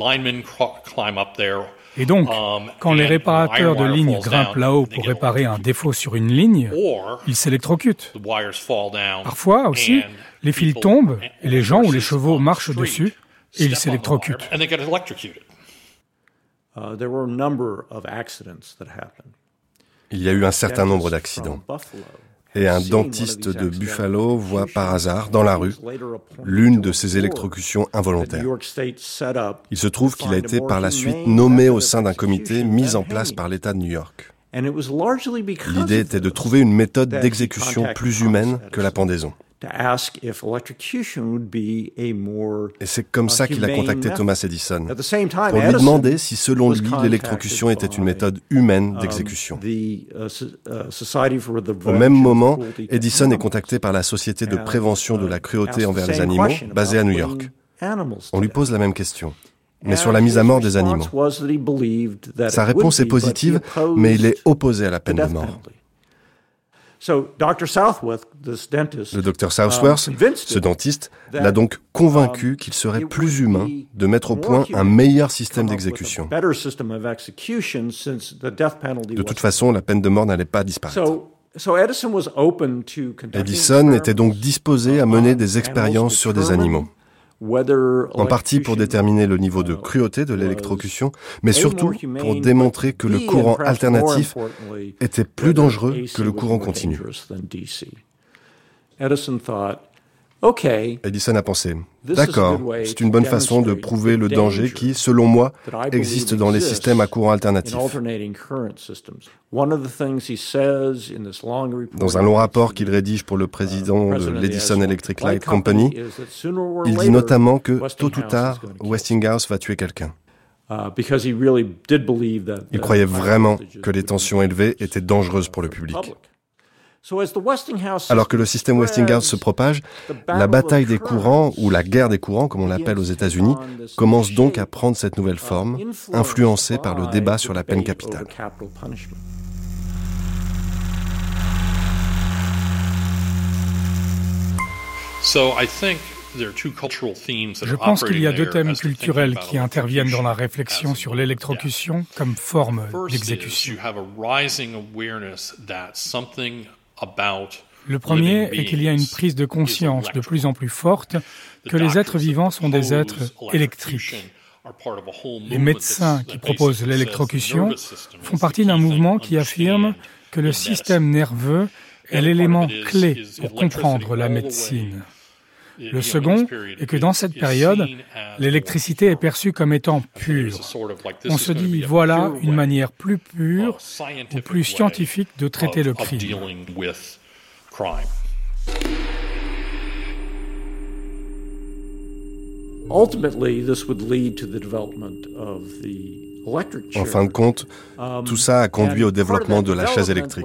Et donc, quand les réparateurs de lignes grimpent là-haut pour réparer un défaut sur une ligne, ils s'électrocutent. Parfois aussi, les fils tombent et les gens ou les chevaux marchent dessus et ils s'électrocutent. Il y a eu un certain nombre d'accidents. Et un dentiste de Buffalo voit par hasard, dans la rue, l'une de ces électrocutions involontaires. Il se trouve qu'il a été par la suite nommé au sein d'un comité mis en place par l'État de New York. L'idée était de trouver une méthode d'exécution plus humaine que la pendaison. Et c'est comme ça qu'il a contacté Thomas Edison, pour lui demander si, selon lui, l'électrocution était une méthode humaine d'exécution. Au même moment, Edison est contacté par la Société de prévention de la cruauté envers les animaux, basée à New York. On lui pose la même question, mais sur la mise à mort des animaux. Sa réponse est positive, mais il est opposé à la peine de mort. Le docteur Southworth, ce dentiste, l'a donc convaincu qu'il serait plus humain de mettre au point un meilleur système d'exécution. De toute façon, la peine de mort n'allait pas disparaître. Edison était donc disposé à mener des expériences sur des animaux, en partie pour déterminer le niveau de cruauté de l'électrocution, mais surtout pour démontrer que le courant alternatif était plus dangereux que le courant continu. Edison a pensé, d'accord, c'est une bonne façon de prouver le danger qui, selon moi, existe dans les systèmes à courant alternatif. Dans un long rapport qu'il rédige pour le président de l'Edison Electric Light Company, il dit notamment que, tôt ou tard, Westinghouse va tuer quelqu'un. Il croyait vraiment que les tensions élevées étaient dangereuses pour le public. Alors que le système Westinghouse se propage, la bataille des courants, ou la guerre des courants, comme on l'appelle aux États-Unis, commence donc à prendre cette nouvelle forme, influencée par le débat sur la peine capitale. Je pense qu'il y a deux thèmes culturels qui interviennent dans la réflexion sur l'électrocution comme forme d'exécution. Le premier est qu'il y a une prise de conscience de plus en plus forte que les êtres vivants sont des êtres électriques. Les médecins qui proposent l'électrocution font partie d'un mouvement qui affirme que le système nerveux est l'élément clé pour comprendre la médecine. Le second est que dans cette période, l'électricité est perçue comme étant pure. On se dit, voilà une manière plus pure ou plus scientifique de traiter le crime. En fin de compte, tout ça a conduit au développement de la chaise électrique.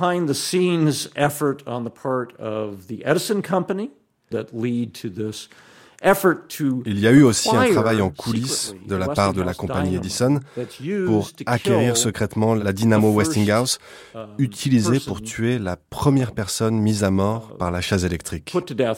Il y a eu aussi un travail en coulisses de la part de la compagnie Edison pour acquérir secrètement la dynamo Westinghouse utilisée pour tuer la première personne mise à mort par la chaise électrique.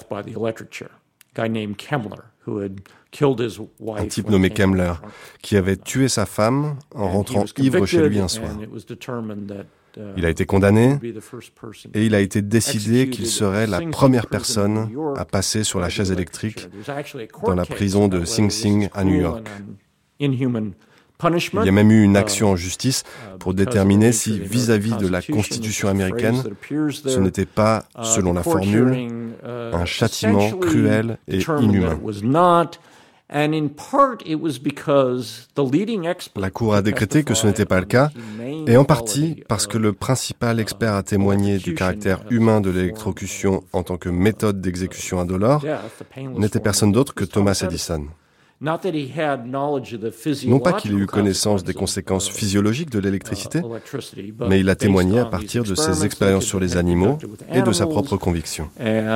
Un type nommé Kemmler, qui avait tué sa femme en rentrant ivre chez lui un soir. Il a été condamné et il a été décidé qu'il serait la première personne à passer sur la chaise électrique dans la prison de Sing Sing à New York. Il y a même eu une action en justice pour déterminer si, vis-à-vis de la Constitution américaine, ce n'était pas, selon la formule, un châtiment cruel et inhumain. La Cour a décrété que ce n'était pas le cas, et en partie parce que le principal expert a témoigné du caractère humain de l'électrocution en tant que méthode d'exécution indolore n'était personne d'autre que Thomas Edison. Non pas qu'il ait eu connaissance des conséquences physiologiques de l'électricité, mais il a témoigné à partir de ses expériences sur les animaux et de sa propre conviction.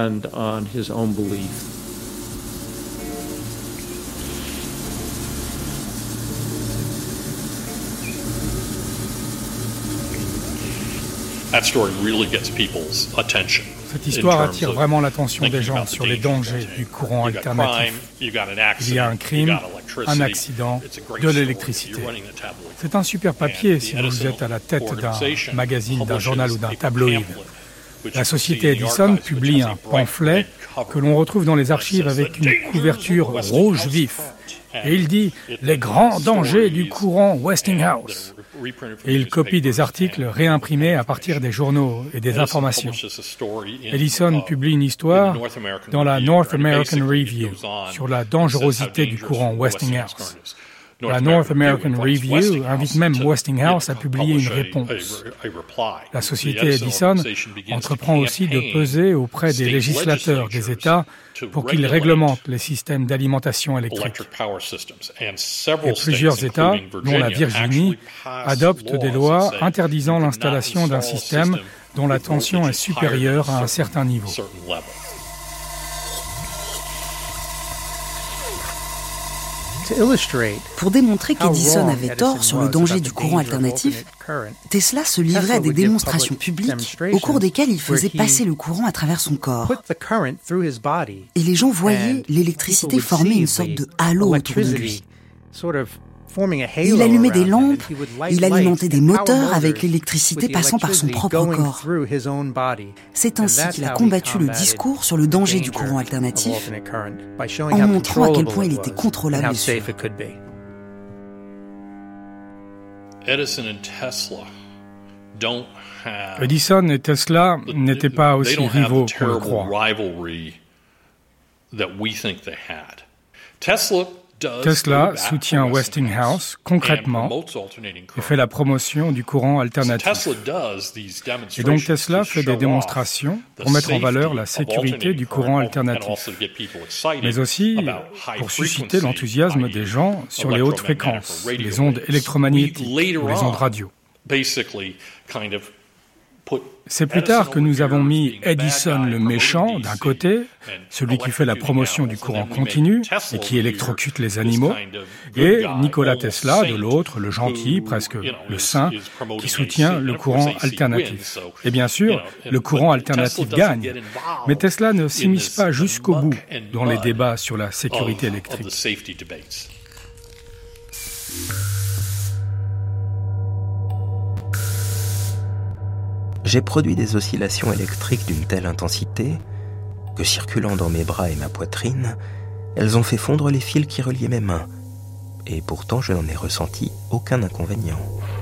Cette histoire attire vraiment l'attention des gens sur les dangers du courant alternatif. Il y a un crime, un accident, de l'électricité. C'est un super papier si vous êtes à la tête d'un magazine, d'un journal ou d'un tabloïd. La société Edison publie un pamphlet que l'on retrouve dans les archives avec une couverture rouge vif. Et il dit « Les grands dangers du courant Westinghouse ». Et il copie des articles réimprimés à partir des journaux et des informations. Edison publie une histoire dans la North American Review sur la dangerosité du courant Westinghouse. La North American Review invite même Westinghouse à publier une réponse. La société Edison entreprend aussi de peser auprès des législateurs des États pour qu'ils réglementent les systèmes d'alimentation électrique. Et plusieurs États, dont la Virginie, adoptent des lois interdisant l'installation d'un système dont la tension est supérieure à un certain niveau. Pour démontrer qu'Edison avait tort sur le danger du courant alternatif, Tesla se livrait à des démonstrations publiques au cours desquelles il faisait passer le courant à travers son corps. Et les gens voyaient l'électricité former une sorte de halo autour de lui. Il allumait des lampes, il alimentait des moteurs avec l'électricité passant par son propre corps. C'est ainsi qu'il a combattu le discours sur le danger du courant alternatif en montrant à quel point il était contrôlable et sûr. Edison et Tesla n'étaient pas aussi rivaux qu'on le croit. Tesla soutient Westinghouse concrètement et fait la promotion du courant alternatif. Et donc Tesla fait des démonstrations pour mettre en valeur la sécurité du courant alternatif, mais aussi pour susciter l'enthousiasme des gens sur les hautes fréquences, les ondes électromagnétiques ou les ondes radio. C'est plus tard que nous avons mis Edison le méchant d'un côté, celui qui fait la promotion du courant continu et qui électrocute les animaux, et Nikola Tesla de l'autre, le gentil, presque le saint, qui soutient le courant alternatif. Et bien sûr, le courant alternatif gagne, mais Tesla ne s'immisce pas jusqu'au bout dans les débats sur la sécurité électrique. J'ai produit des oscillations électriques d'une telle intensité que, circulant dans mes bras et ma poitrine, elles ont fait fondre les fils qui reliaient mes mains, et pourtant je n'en ai ressenti aucun inconvénient.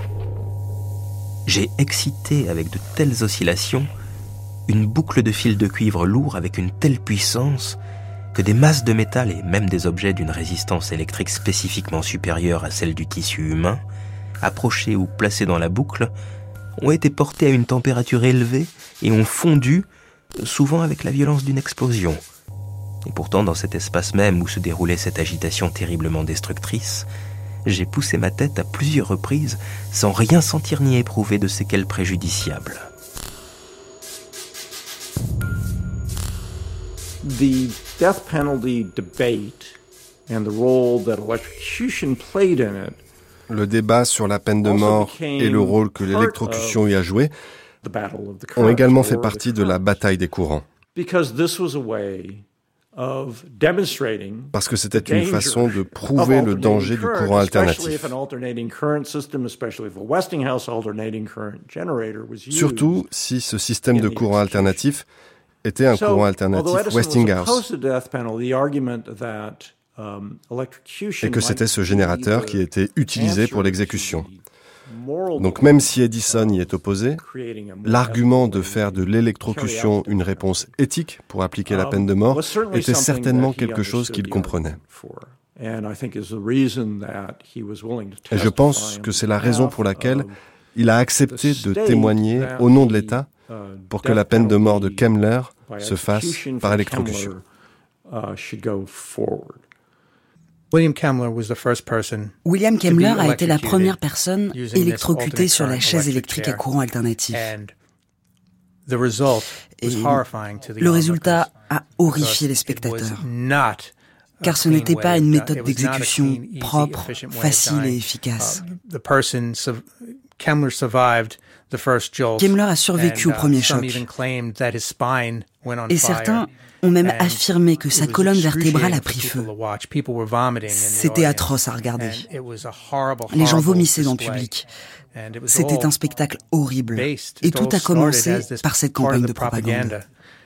J'ai excité avec de telles oscillations une boucle de fils de cuivre lourd avec une telle puissance que des masses de métal et même des objets d'une résistance électrique spécifiquement supérieure à celle du tissu humain, approchés ou placés dans la boucle, ont été portés à une température élevée et ont fondu, souvent avec la violence d'une explosion. Et pourtant, dans cet espace même où se déroulait cette agitation terriblement destructrice, j'ai poussé ma tête à plusieurs reprises sans rien sentir ni éprouver de séquelles préjudiciables. The death penalty debate and the role that electrocution played in it Le débat sur la peine de mort et le rôle que l'électrocution y a joué ont également fait partie de la bataille des courants. Parce que c'était une façon de prouver le danger du courant alternatif. Surtout si ce système de courant alternatif était un courant alternatif Westinghouse. Et que c'était ce générateur qui était utilisé pour l'exécution. Donc même si Edison y est opposé, l'argument de faire de l'électrocution une réponse éthique pour appliquer la peine de mort était certainement quelque chose qu'il comprenait. Et je pense que c'est la raison pour laquelle il a accepté de témoigner au nom de l'État pour que la peine de mort de Kemmler se fasse par électrocution. William Kemmler was the first person William Kemmler a été la première personne électrocutée sur la chaise électrique à courant alternatif. Et le résultat a horrifié les spectateurs, car ce n'était pas une méthode d'exécution propre, facile et efficace. Kemmler a survécu au premier choc, et certains ont même affirmé que sa colonne vertébrale a pris feu. C'était atroce à regarder. Les gens vomissaient dans le public. C'était un spectacle horrible. Et tout a commencé par cette campagne de propagande.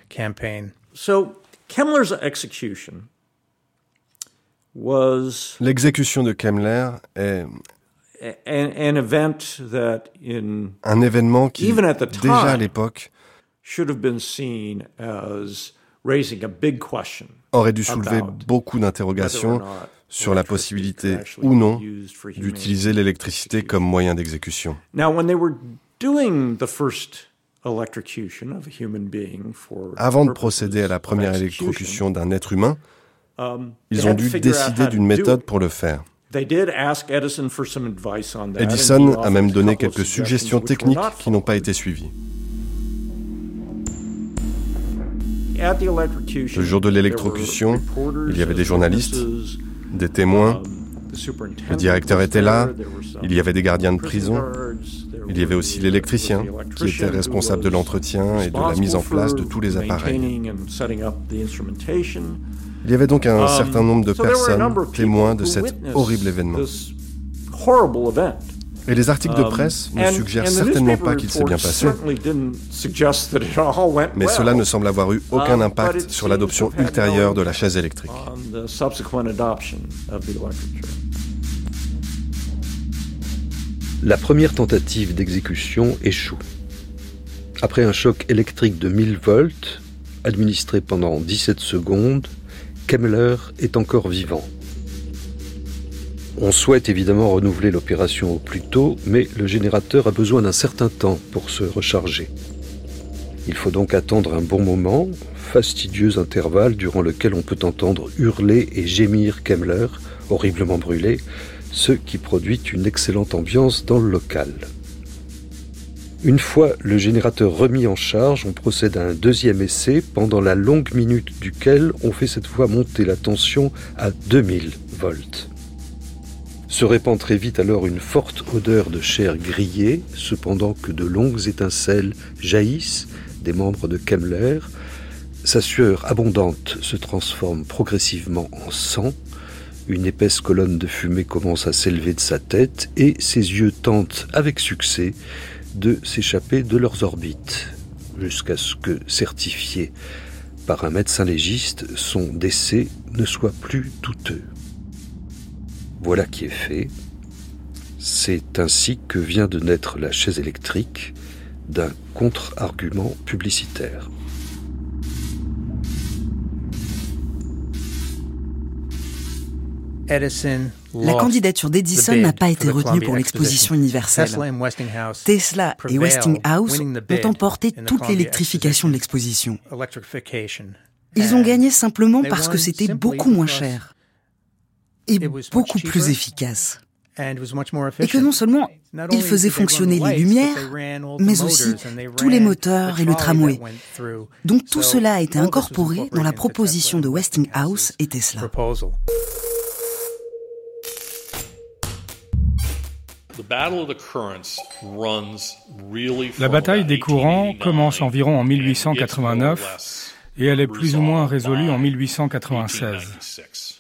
L'exécution de Kemmler est un événement qui, déjà à l'époque, aurait dû soulever beaucoup d'interrogations sur la possibilité ou non d'utiliser l'électricité comme moyen d'exécution. Avant de procéder à la première électrocution d'un être humain, ils ont dû décider d'une méthode pour le faire. Edison a même donné quelques suggestions techniques qui n'ont pas été suivies. Le jour de l'électrocution, il y avait des journalistes, des témoins, le directeur était là, il y avait des gardiens de prison, il y avait aussi l'électricien qui était responsable de l'entretien et de la mise en place de tous les appareils. Il y avait donc un certain nombre de personnes témoins de cet horrible événement. Et les articles de presse ne suggèrent certainement pas qu'il s'est bien passé. Mais cela ne semble avoir eu aucun impact sur l'adoption ultérieure de la chaise électrique. La première tentative d'exécution échoue. Après un choc électrique de mille volts, administré pendant dix-sept secondes, Kemmler est encore vivant. On souhaite évidemment renouveler l'opération au plus tôt, mais le générateur a besoin d'un certain temps pour se recharger. Il faut donc attendre un bon moment, fastidieux intervalle durant lequel on peut entendre hurler et gémir Kemmler, horriblement brûlé, ce qui produit une excellente ambiance dans le local. Une fois le générateur remis en charge, on procède à un deuxième essai, pendant la longue minute duquel on fait cette fois monter la tension à deux mille volts. Se répand très vite alors une forte odeur de chair grillée, cependant que de longues étincelles jaillissent des membres de Kemmler. Sa sueur abondante se transforme progressivement en sang. Une épaisse colonne de fumée commence à s'élever de sa tête et ses yeux tentent avec succès de s'échapper de leurs orbites, jusqu'à ce que, certifié par un médecin légiste, son décès ne soit plus douteux. Voilà qui est fait. C'est ainsi que vient de naître la chaise électrique d'un contre-argument publicitaire. La candidature d'Edison n'a pas été retenue pour l'exposition universelle. Tesla et Westinghouse ont emporté toute l'électrification de l'exposition. Ils ont gagné simplement parce que c'était beaucoup moins cher et beaucoup plus efficace. Et que non seulement ils faisaient fonctionner les lumières, mais aussi tous les moteurs et le tramway. Donc tout cela a été incorporé dans la proposition de Westinghouse et Tesla. La bataille des courants commence environ en mille huit cent quatre-vingt-neuf et elle est plus ou moins résolue en mille huit cent quatre-vingt-seize.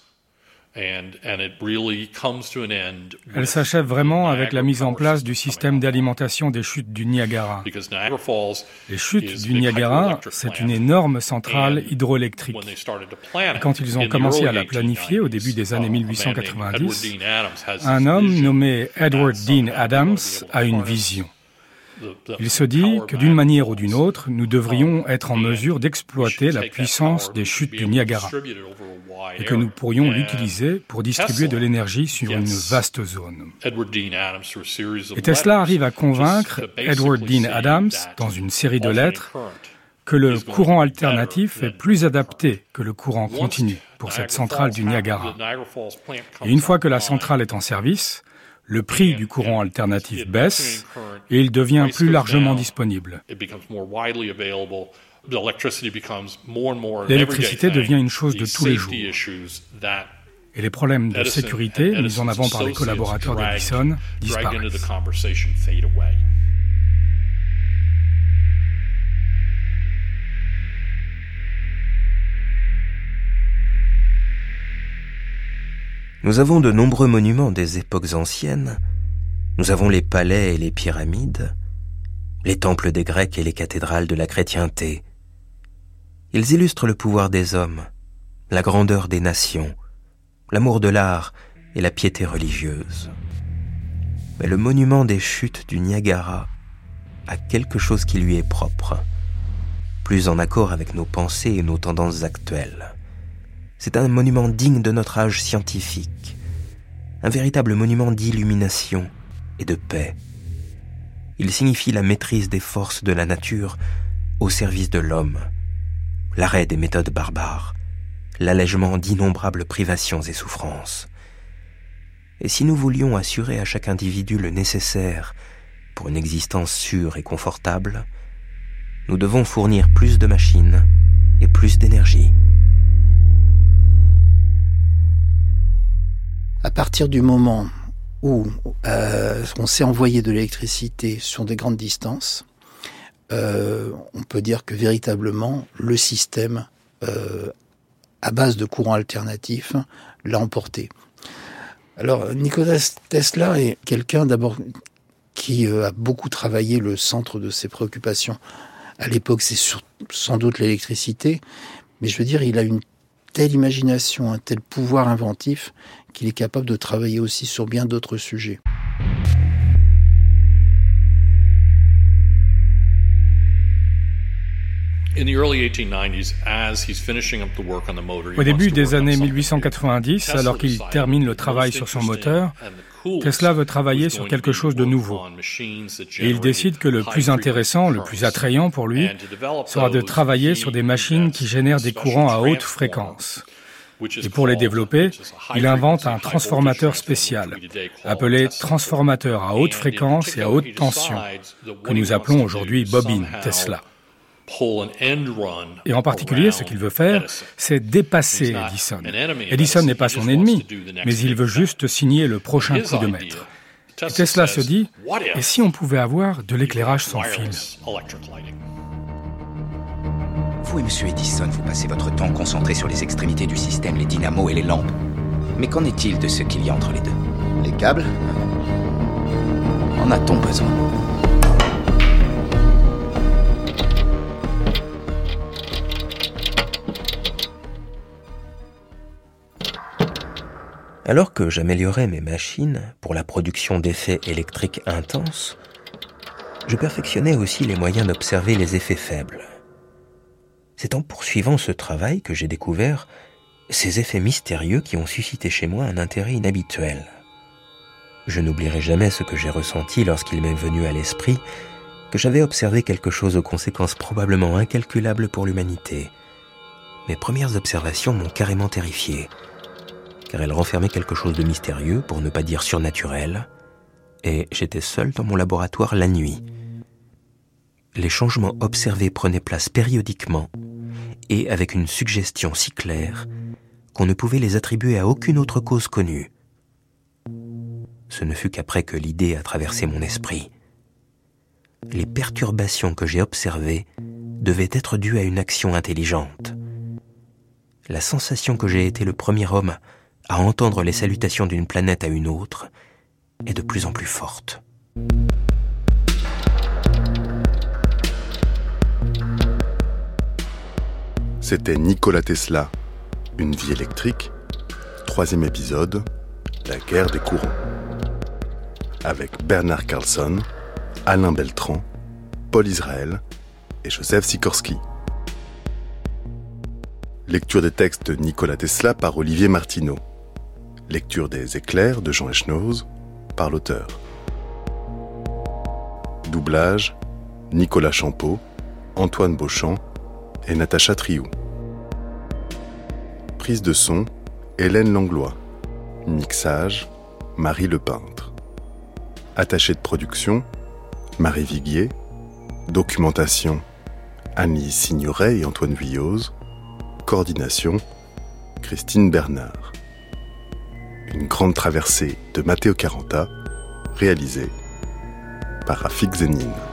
Elle s'achève vraiment avec la mise en place du système d'alimentation des chutes du Niagara. Les chutes du Niagara, c'est une énorme centrale hydroélectrique. Et quand ils ont commencé à la planifier au début des années mille huit cent quatre-vingt-dix, un homme nommé Edward Dean Adams a une vision. Il se dit que d'une manière ou d'une autre, nous devrions être en mesure d'exploiter la puissance des chutes du Niagara et que nous pourrions l'utiliser pour distribuer de l'énergie sur une vaste zone. Et Tesla arrive à convaincre Edward Dean Adams, dans une série de lettres, que le courant alternatif est plus adapté que le courant continu pour cette centrale du Niagara. Et une fois que la centrale est en service, le prix du courant alternatif baisse et il devient plus largement disponible. L'électricité devient une chose de tous les jours. Et les problèmes de sécurité mis en avant par les collaborateurs d'Edison disparaissent. Nous avons de nombreux monuments des époques anciennes. Nous avons les palais et les pyramides, les temples des Grecs et les cathédrales de la chrétienté. Ils illustrent le pouvoir des hommes, la grandeur des nations, l'amour de l'art et la piété religieuse. Mais le monument des chutes du Niagara a quelque chose qui lui est propre, plus en accord avec nos pensées et nos tendances actuelles. C'est un monument digne de notre âge scientifique, un véritable monument d'illumination et de paix. Il signifie la maîtrise des forces de la nature au service de l'homme, l'arrêt des méthodes barbares, l'allègement d'innombrables privations et souffrances. Et si nous voulions assurer à chaque individu le nécessaire pour une existence sûre et confortable, nous devons fournir plus de machines et plus d'énergie. À partir du moment où euh, on sait envoyer de l'électricité sur des grandes distances, euh, on peut dire que véritablement le système euh, à base de courant alternatif l'a emporté. Alors Nikola Tesla est quelqu'un d'abord qui euh, a beaucoup travaillé le centre de ses préoccupations. À l'époque, c'est sur, sans doute l'électricité, mais je veux dire, il a une telle imagination, un tel pouvoir inventif qu'il est capable de travailler aussi sur bien d'autres sujets. Au début des années mille huit cent quatre-vingt-dix, alors qu'il termine le travail sur son moteur, Tesla veut travailler sur quelque chose de nouveau. Et il décide que le plus intéressant, le plus attrayant pour lui, sera de travailler sur des machines qui génèrent des courants à haute fréquence. Et pour les développer, il invente un transformateur spécial, appelé transformateur à haute fréquence et à haute tension, que nous appelons aujourd'hui bobine Tesla. Et en particulier, ce qu'il veut faire, c'est dépasser Edison. Edison n'est pas son ennemi, mais il veut juste signer le prochain coup de maître. Et Tesla se dit, et si on pouvait avoir de l'éclairage sans fil ? Vous et Monsieur Edison, vous passez votre temps concentré sur les extrémités du système, les dynamos et les lampes. Mais qu'en est-il de ce qu'il y a entre les deux ? Les câbles ? En a-t-on besoin ? Alors que j'améliorais mes machines pour la production d'effets électriques intenses, je perfectionnais aussi les moyens d'observer les effets faibles. C'est en poursuivant ce travail que j'ai découvert ces effets mystérieux qui ont suscité chez moi un intérêt inhabituel. Je n'oublierai jamais ce que j'ai ressenti lorsqu'il m'est venu à l'esprit que j'avais observé quelque chose aux conséquences probablement incalculables pour l'humanité. Mes premières observations m'ont carrément terrifié, car elles renfermaient quelque chose de mystérieux, pour ne pas dire surnaturel, et j'étais seul dans mon laboratoire la nuit. Les changements observés prenaient place périodiquement, et avec une suggestion si claire qu'on ne pouvait les attribuer à aucune autre cause connue. Ce ne fut qu'après que l'idée a traversé mon esprit. Les perturbations que j'ai observées devaient être dues à une action intelligente. La sensation que j'ai été le premier homme à entendre les salutations d'une planète à une autre est de plus en plus forte. C'était Nikola Tesla, Une vie électrique, troisième épisode, La guerre des courants. Avec Bernard Carlson, Alain Beltran, Paul Israël et Joseph Sikorski. Lecture des textes de Nikola Tesla par Olivier Martineau. Lecture des éclairs de Jean Echnoz par l'auteur. Doublage, Nicolas Champeau, Antoine Beauchamp et Natacha Triou. Prise de son, Hélène Langlois. Mixage, Marie Lepeintre. Attachée de production, Marie Viguier. Documentation, Annie Signoret et Antoine Vuilloz. Coordination, Christine Bernard. Une grande traversée de Matteo Caranta, réalisée par Rafik Zennine.